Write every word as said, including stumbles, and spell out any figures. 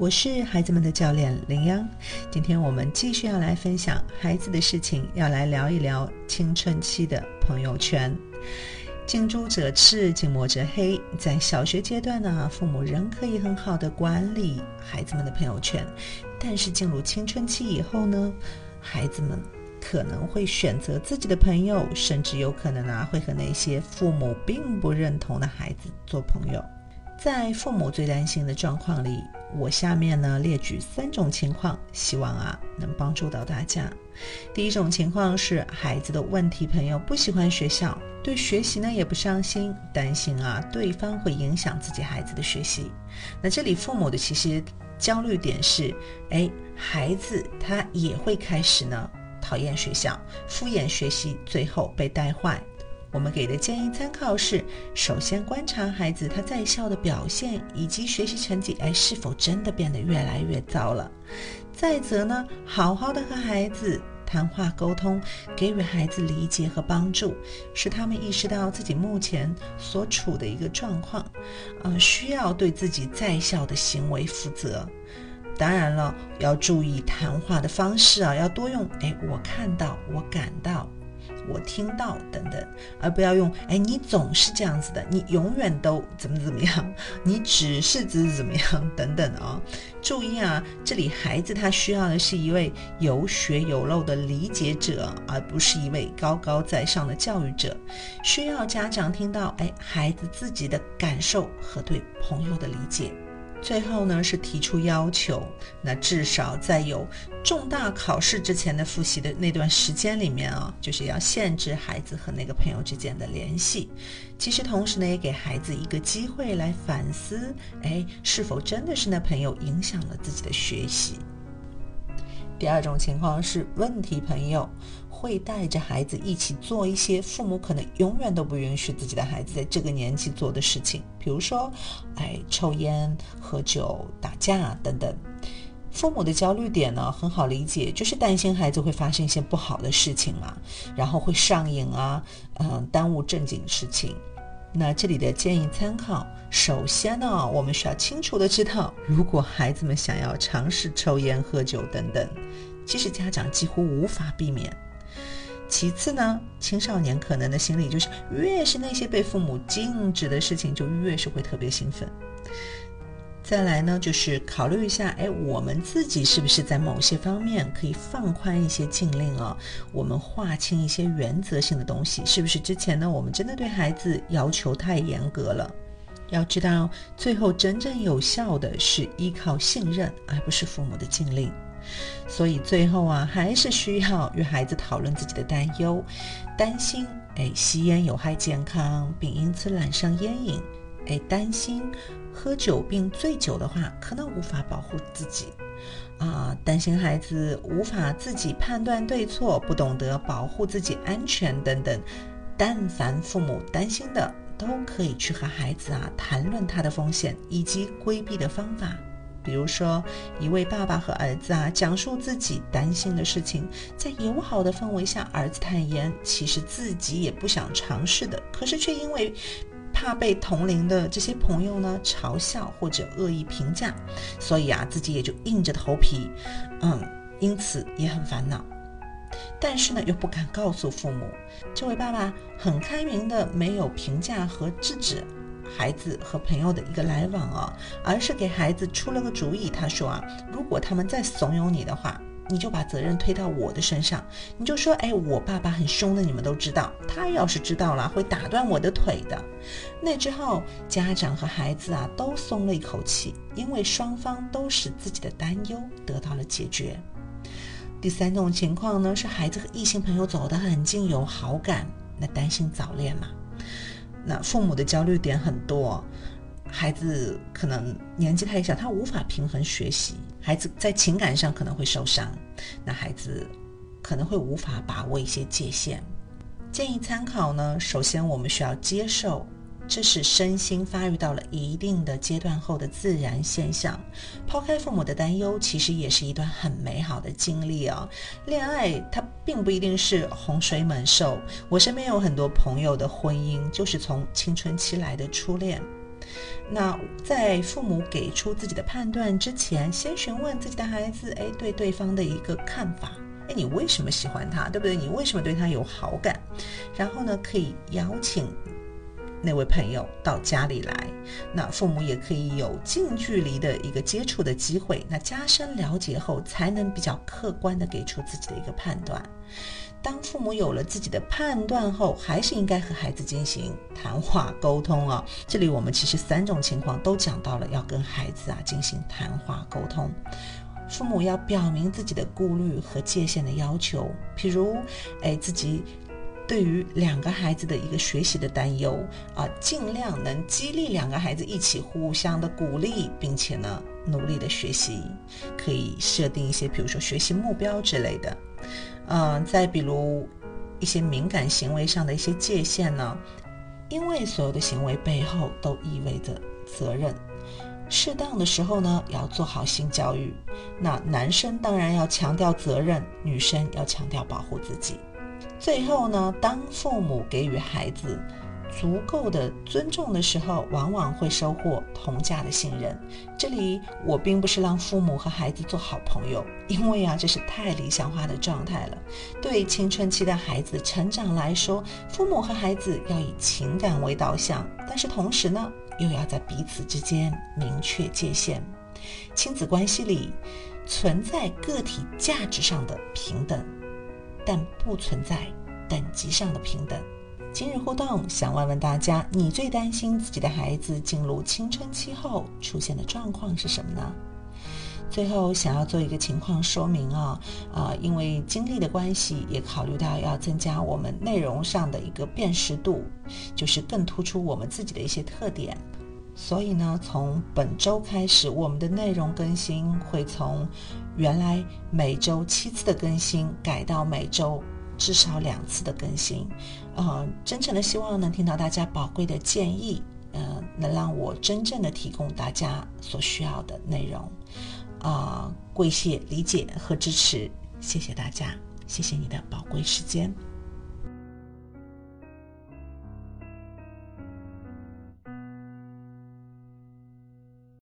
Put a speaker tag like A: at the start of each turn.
A: 我是孩子们的教练林央，今天我们继续要来分享孩子的事情，要来聊一聊青春期的朋友圈。近朱者赤，近墨者黑。在小学阶段呢，父母仍可以很好的管理孩子们的朋友圈，但是进入青春期以后呢，孩子们可能会选择自己的朋友，甚至有可能啊会和那些父母并不认同的孩子做朋友。在父母最担心的状况里，我下面呢列举三种情况，希望啊能帮助到大家。第一种情况是孩子的问题朋友不喜欢学校，对学习呢也不上心，担心啊对方会影响自己孩子的学习。那这里父母的其实焦虑点是，哎，孩子他也会开始呢讨厌学校，敷衍学习，最后被带坏。我们给的建议参考是，首先观察孩子他在校的表现以及学习成绩，哎，是否真的变得越来越糟了。再则呢，好好的和孩子谈话沟通，给予孩子理解和帮助，使他们意识到自己目前所处的一个状况，呃，需要对自己在校的行为负责。当然了，要注意谈话的方式啊，要多用哎，我看到，我感到，我听到等等，而不要用哎，你总是这样子的，你永远都怎么怎么样，你只是怎么怎么样等等啊。注意啊，这里孩子他需要的是一位有血有肉的理解者，而不是一位高高在上的教育者。需要家长听到哎，孩子自己的感受和对朋友的理解。最后呢是提出要求，那至少在有重大考试之前的复习的那段时间里面啊，就是要限制孩子和那个朋友之间的联系。其实同时呢也给孩子一个机会来反思，哎，是否真的是那朋友影响了自己的学习。第二种情况是问题朋友会带着孩子一起做一些父母可能永远都不允许自己的孩子在这个年纪做的事情，比如说哎，抽烟、喝酒、打架等等。父母的焦虑点呢很好理解，就是担心孩子会发生一些不好的事情嘛，然后会上瘾啊，嗯，耽误正经事情。那这里的建议参考，首先呢，我们需要清楚的知道，如果孩子们想要尝试抽烟、喝酒等等，其实家长几乎无法避免。其次呢，青少年可能的心理就是，越是那些被父母禁止的事情，就越是会特别兴奋。再来呢，就是考虑一下，哎，我们自己是不是在某些方面可以放宽一些禁令啊？我们划清一些原则性的东西，是不是之前呢，我们真的对孩子要求太严格了？要知道，最后真正有效的是依靠信任，而不是父母的禁令。所以最后啊，还是需要与孩子讨论自己的担忧，担心哎吸烟有害健康，并因此染上烟瘾。哎，担心喝酒并醉酒的话，可能无法保护自己啊，担心孩子无法自己判断对错，不懂得保护自己安全等等。但凡父母担心的，都可以去和孩子啊谈论他的风险以及规避的方法。比如说，一位爸爸和儿子啊讲述自己担心的事情，在友好的氛围下，儿子坦言其实自己也不想尝试的，可是却因为怕被同龄的这些朋友呢嘲笑或者恶意评价，所以啊自己也就硬着头皮，嗯，因此也很烦恼。但是呢又不敢告诉父母。这位爸爸很开明的，没有评价和制止孩子和朋友的一个来往啊，而是给孩子出了个主意。他说啊，如果他们再怂恿你的话，你就把责任推到我的身上，你就说，哎，我爸爸很凶的，你们都知道，他要是知道了会打断我的腿的。那之后家长和孩子啊都松了一口气，因为双方都使自己的担忧得到了解决。第三种情况呢，是孩子和异性朋友走得很近，有好感，那担心早恋嘛。那父母的焦虑点很多，孩子可能年纪太小，他无法平衡学习，孩子在情感上可能会受伤，那孩子可能会无法把握一些界限。建议参考呢，首先我们需要接受，这是身心发育到了一定的阶段后的自然现象。抛开父母的担忧，其实也是一段很美好的经历哦。恋爱它并不一定是洪水猛兽，我身边有很多朋友的婚姻就是从青春期来的初恋。 那在父母给出自己的判断之前，先询问自己的孩子，哎，对对方的一个看法，哎，你为什么喜欢他，对不对？你为什么对他有好感？然后呢，可以邀请那位朋友到家里来，那父母也可以有近距离的一个接触的机会，那加深了解后，才能比较客观的给出自己的一个判断。当父母有了自己的判断后，还是应该和孩子进行谈话沟通啊。这里我们其实三种情况都讲到了，要跟孩子啊进行谈话沟通。父母要表明自己的顾虑和界限的要求，譬如哎自己对于两个孩子的一个学习的担忧啊，尽量能激励两个孩子一起互相的鼓励，并且呢努力的学习，可以设定一些比如说学习目标之类的。嗯，再比如一些敏感行为上的一些界限呢，因为所有的行为背后都意味着责任，适当的时候呢要做好性教育。那男生当然要强调责任，女生要强调保护自己。最后呢，当父母给予孩子足够的尊重的时候，往往会收获同家的信任。这里我并不是让父母和孩子做好朋友，因为啊，这是太理想化的状态了。对青春期的孩子成长来说，父母和孩子要以情感为导向，但是同时呢，又要在彼此之间明确界限。亲子关系里存在个体价值上的平等，但不存在等级上的平等。今日互动想问问大家，你最担心自己的孩子进入青春期后出现的状况是什么呢？最后想要做一个情况说明啊，呃，因为精力的关系，也考虑到要增加我们内容上的一个辨识度，就是更突出我们自己的一些特点。所以呢，从本周开始，我们的内容更新会从原来每周七次的更新改到每周至少两次的更新。呃，真诚的希望能听到大家宝贵的建议，呃，能让我真正的提供大家所需要的内容。啊、呃，跪谢理解和支持，谢谢大家，谢谢你的宝贵时间。